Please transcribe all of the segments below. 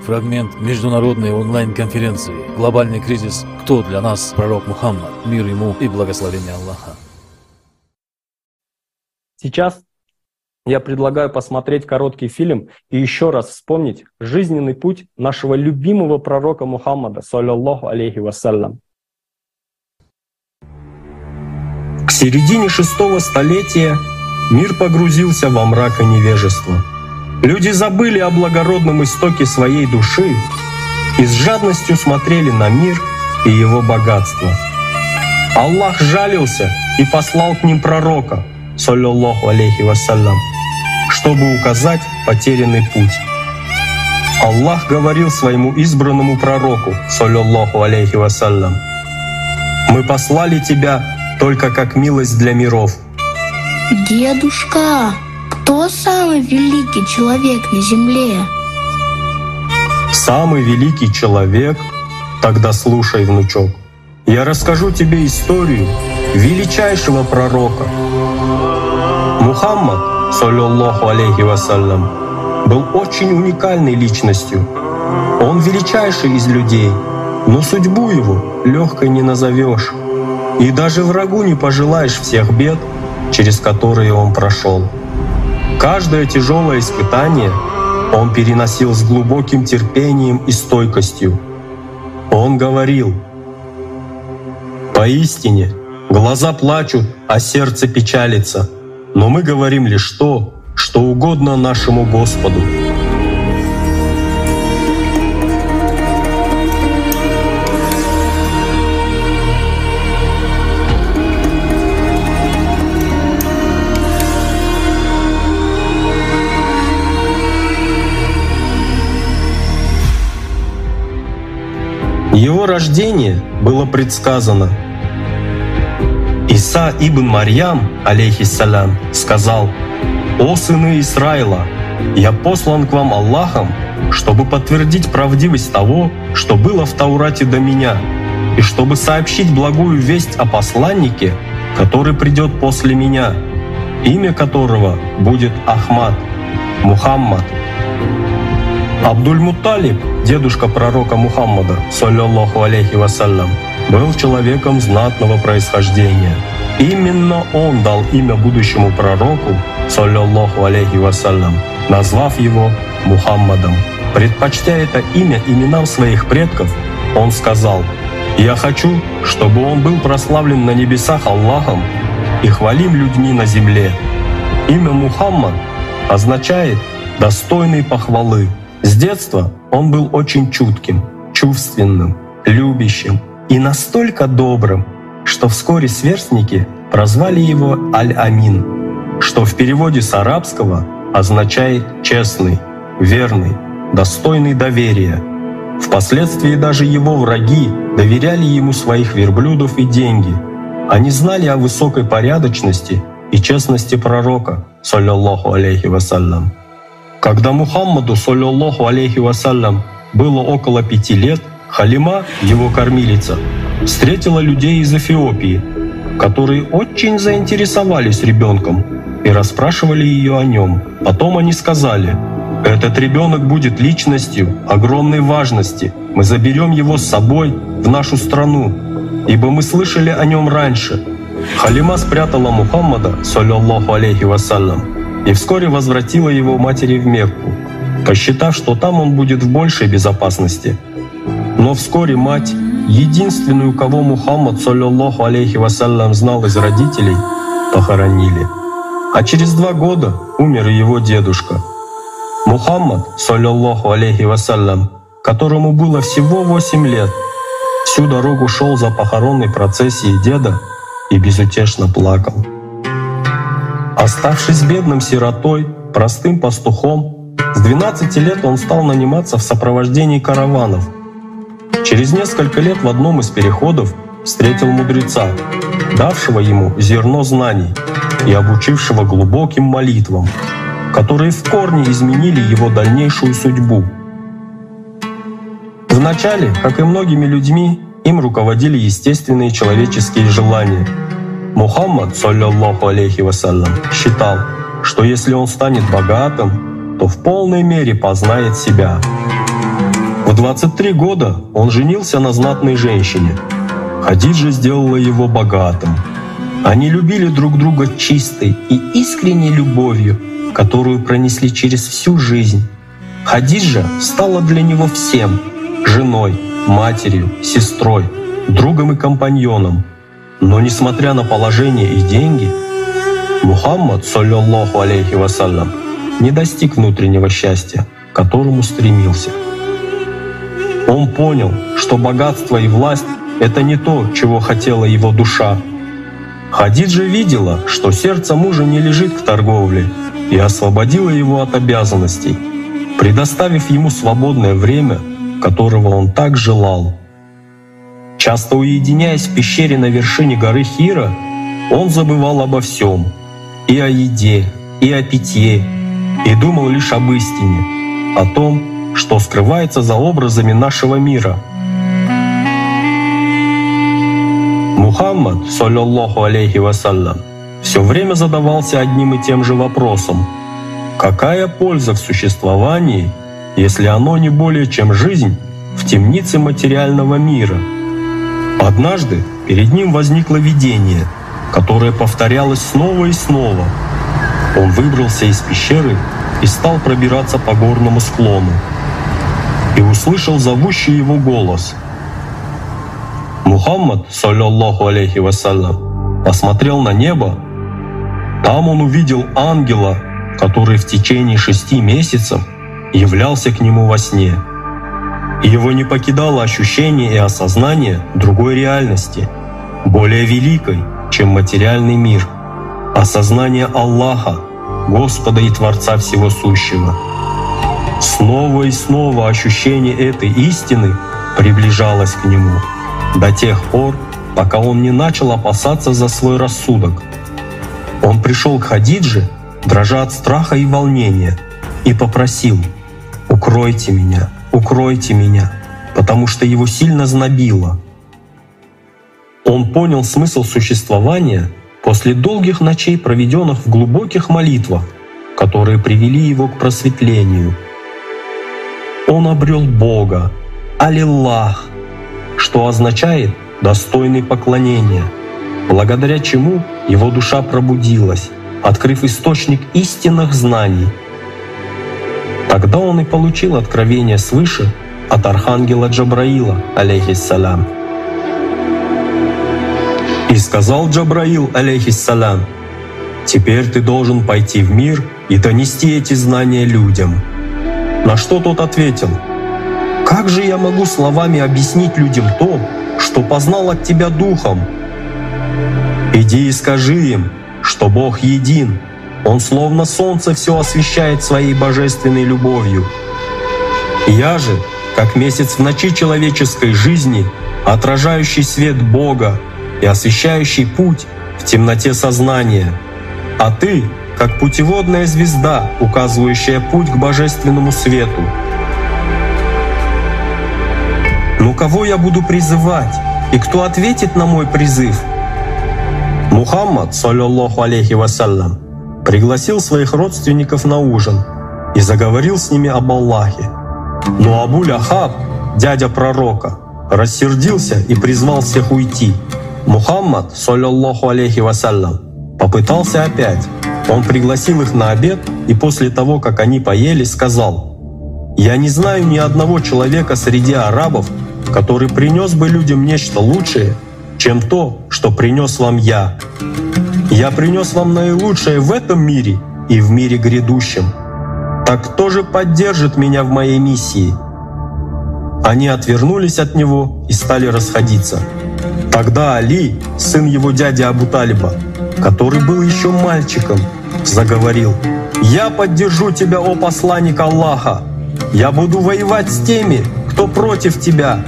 Фрагмент международной онлайн-конференции «Глобальный кризис. Кто для нас пророк Мухаммад? Мир ему и благословение Аллаха». Сейчас я предлагаю посмотреть короткий фильм и еще раз вспомнить жизненный путь нашего любимого пророка Мухаммада, саллаллаху алейхи вассалям. К середине 6-го столетия мир погрузился во мрак и невежество. Люди забыли о благородном истоке своей души и с жадностью смотрели на мир и его богатство. Аллах жалился и послал к ним пророка, саллаллаху алейхи вассалям, чтобы указать потерянный путь. Аллах говорил своему избранному пророку, саллаллаху алейхи вассалям: «Мы послали тебя только как милость для миров». Дедушка, кто самый великий человек на земле? Самый великий человек? Тогда слушай, внучок. Я расскажу тебе историю величайшего пророка. Мухаммад, саллаллаху алейхи вассалям, был очень уникальной личностью. Он величайший из людей, но судьбу его легкой не назовешь. И даже врагу не пожелаешь всех бед, через которые он прошел. Каждое тяжелое испытание он переносил с глубоким терпением и стойкостью. Он говорил: «Поистине, глаза плачут, а сердце печалится, но мы говорим лишь то, что угодно нашему Господу». Его рождение было предсказано. Иса ибн Марьям, алейхиссалям, сказал: «О сыны Исраила, я послан к вам Аллахом, чтобы подтвердить правдивость того, что было в Таурате до меня, и чтобы сообщить благую весть о посланнике, который придет после меня, имя которого будет Ахмад, Мухаммад». Абдуль-Мутталиб, дедушка пророка Мухаммада, саллаллаху алейхи вассалям, был человеком знатного происхождения. Именно он дал имя будущему пророку, саллаллаху алейхи вассалям, назвав его Мухаммадом. Предпочтя это имя именам своих предков, он сказал: «Я хочу, чтобы он был прославлен на небесах Аллахом и хвалим людьми на земле». Имя Мухаммад означает «достойный похвалы». С детства он был очень чутким, чувственным, любящим и настолько добрым, что вскоре сверстники прозвали его Аль-Амин, что в переводе с арабского означает «честный», «верный», «достойный доверия». Впоследствии даже его враги доверяли ему своих верблюдов и деньги. Они знали о высокой порядочности и честности пророка, саллаллаху алейхи вассалям. Когда Мухаммаду, саллаллаху алейхи вассалям, было около 5 лет, Халима, его кормилица, встретила людей из Эфиопии, которые очень заинтересовались ребенком и расспрашивали ее о нем. Потом они сказали: «Этот ребенок будет личностью огромной важности. Мы заберем его с собой в нашу страну, ибо мы слышали о нем раньше». Халима спрятала Мухаммада, саллаллаху алейхи вассалям, и вскоре возвратила его матери в Мекку, посчитав, что там он будет в большей безопасности. Но вскоре мать, единственную, кого Мухаммад, саллаллаху алейхи вассалям, знал из родителей, похоронили. А через 2 года умер и его дедушка. Мухаммад, саллаллаху алейхи вассалям, которому было всего 8 лет, всю дорогу шел за похоронной процессией деда и безутешно плакал. Оставшись бедным сиротой, простым пастухом, с 12 лет он стал наниматься в сопровождении караванов. Через несколько лет в одном из переходов встретил мудреца, давшего ему зерно знаний и обучившего глубоким молитвам, которые в корне изменили его дальнейшую судьбу. Вначале, как и многими людьми, им руководили естественные человеческие желания. Мухаммад, саллаллаху алейхи вассалям, считал, что если он станет богатым, то в полной мере познает себя. В 23 года он женился на знатной женщине. Хадиджа сделала его богатым. Они любили друг друга чистой и искренней любовью, которую пронесли через всю жизнь. Хадиджа стала для него всем — женой, матерью, сестрой, другом и компаньоном. Но несмотря на положение и деньги, Мухаммад, саллаллаху алейхи вассалям, не достиг внутреннего счастья, к которому стремился. Он понял, что богатство и власть — это не то, чего хотела его душа. Хадиджа видела, что сердце мужа не лежит к торговле, и освободила его от обязанностей, предоставив ему свободное время, которого он так желал. Часто уединяясь в пещере на вершине горы Хира, он забывал обо всем — и о еде, и о питье, и думал лишь об истине, о том, что скрывается за образами нашего мира. Мухаммад, саллаллаху алейхи вассалям, все время задавался одним и тем же вопросом: какая польза в существовании, если оно не более чем жизнь в темнице материального мира? Однажды перед ним возникло видение, которое повторялось снова и снова. Он выбрался из пещеры и стал пробираться по горному склону, и услышал зовущий его голос. Мухаммад, саллаллаху алейхи вассалям, посмотрел на небо. Там он увидел ангела, который в течение 6 месяцев являлся к нему во сне. И его не покидало ощущение и осознание другой реальности, более великой, чем материальный мир, осознание Аллаха, Господа и Творца Всего Сущего. Снова и снова ощущение этой истины приближалось к нему, до тех пор, пока он не начал опасаться за свой рассудок. Он пришел к Хадидже, дрожа от страха и волнения, и попросил: «Укройте меня», потому что его сильно знобило. Он понял смысл существования после долгих ночей, проведенных в глубоких молитвах, которые привели его к просветлению. Он обрел Бога, Аллах, что означает «достойный поклонения», благодаря чему его душа пробудилась, открыв источник истинных знаний. Тогда он и получил откровение свыше от архангела Джабраила, алейхиссалям. И сказал Джабраил, алейхиссалям: «Теперь ты должен пойти в мир и донести эти знания людям». На что тот ответил: «Как же я могу словами объяснить людям то, что познал от тебя духом?» «Иди и скажи им, что Бог един, Он словно солнце все освещает своей божественной любовью. Я же, как месяц в ночи человеческой жизни, отражающий свет Бога и освещающий путь в темноте сознания, а ты, как путеводная звезда, указывающая путь к божественному свету. Но кого я буду призывать, и кто ответит на мой призыв?» Мухаммад, саллаллаху алейхи вассалям, пригласил своих родственников на ужин и заговорил с ними об Аллахе. Но Абу-Лахаб, дядя пророка, рассердился и призвал всех уйти. Мухаммад, саллаллаху алейхи вассалям, попытался опять. Он пригласил их на обед и после того, как они поели, сказал: «Я не знаю ни одного человека среди арабов, который принес бы людям нечто лучшее, чем то, что принес вам я. Я принес вам наилучшее в этом мире и в мире грядущем. Так кто же поддержит меня в моей миссии?» Они отвернулись от него и стали расходиться. Тогда Али, сын его дяди Абу-Талиба, который был еще мальчиком, заговорил: «Я поддержу тебя, о посланник Аллаха! Я буду воевать с теми, кто против тебя!»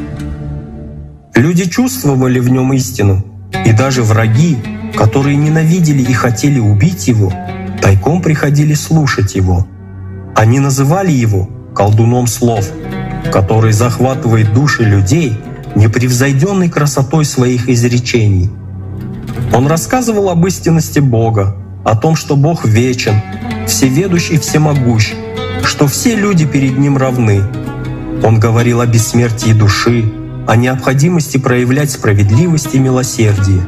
Люди чувствовали в нем истину, и даже враги, которые ненавидели и хотели убить его, тайком приходили слушать его. Они называли его колдуном слов, который захватывает души людей непревзойденной красотой своих изречений. Он рассказывал об истинности Бога, о том, что Бог вечен, всеведущий и всемогущ, что все люди перед Ним равны. Он говорил о бессмертии души, о необходимости проявлять справедливость и милосердие.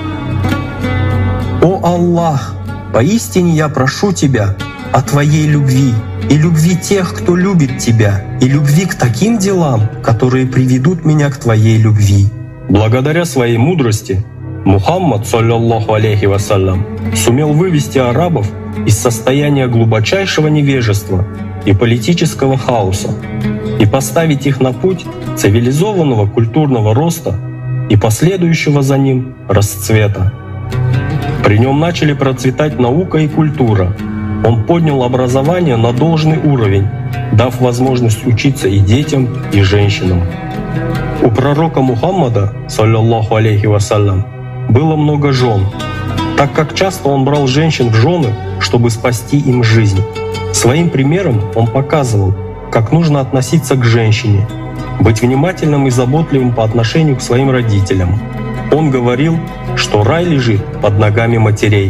«О Аллах, поистине я прошу Тебя о Твоей любви и любви тех, кто любит Тебя, и любви к таким делам, которые приведут меня к Твоей любви». Благодаря своей мудрости Мухаммад, саллаллаху алейхи вассалям, сумел вывести арабов из состояния глубочайшего невежества и политического хаоса и поставить их на путь цивилизованного культурного роста и последующего за ним расцвета. При нем начали процветать наука и культура. Он поднял образование на должный уровень, дав возможность учиться и детям, и женщинам. У пророка Мухаммада, саллаллаху алейхи вассалям, было много жен, так как часто он брал женщин в жены, чтобы спасти им жизнь. Своим примером он показывал, как нужно относиться к женщине, быть внимательным и заботливым по отношению к своим родителям. Он говорил, что рай лежит под ногами матерей.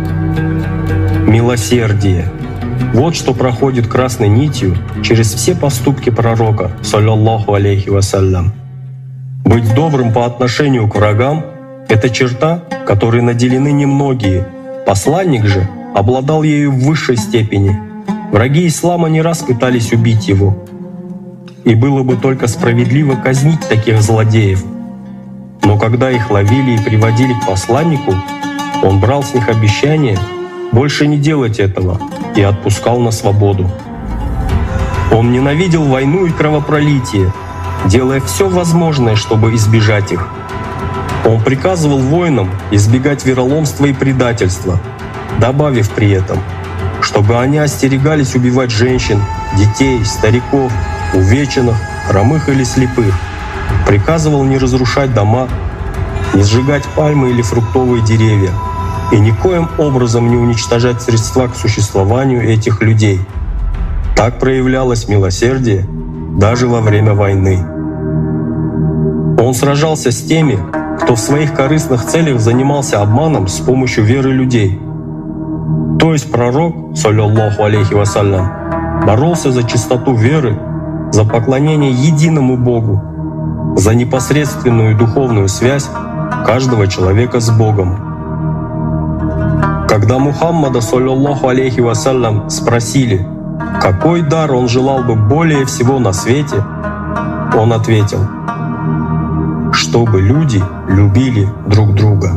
Милосердие. Вот что проходит красной нитью через все поступки пророка, саллаллаху алейхи вассалям. Быть добрым по отношению к врагам — это черта, которой наделены немногие. Посланник же обладал ею в высшей степени. Враги ислама не раз пытались убить его. И было бы только справедливо казнить таких злодеев. Но когда их ловили и приводили к посланнику, он брал с них обещание больше не делать этого и отпускал на свободу. Он ненавидел войну и кровопролитие, делая все возможное, чтобы избежать их. Он приказывал воинам избегать вероломства и предательства, добавив при этом, чтобы они остерегались убивать женщин, детей, стариков, увеченных, хромых или слепых. Приказывал не разрушать дома, не сжигать пальмы или фруктовые деревья и никоим образом не уничтожать средства к существованию этих людей. Так проявлялось милосердие даже во время войны. Он сражался с теми, кто в своих корыстных целях занимался обманом с помощью веры людей. То есть пророк, саллаллаху алейхи вассалям, боролся за чистоту веры, за поклонение единому Богу, за непосредственную духовную связь каждого человека с Богом. Когда Мухаммада, саллаллаху алейхи вассалям, спросили, какой дар он желал бы более всего на свете, он ответил, чтобы люди любили друг друга.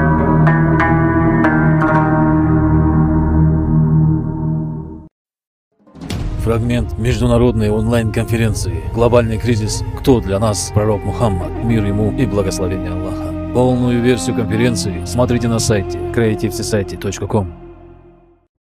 Фрагмент международной онлайн-конференции «Глобальный кризис. Кто для нас пророк Мухаммад? Мир ему и благословение Аллаха». Полную версию конференции смотрите на сайте creativesociety.com.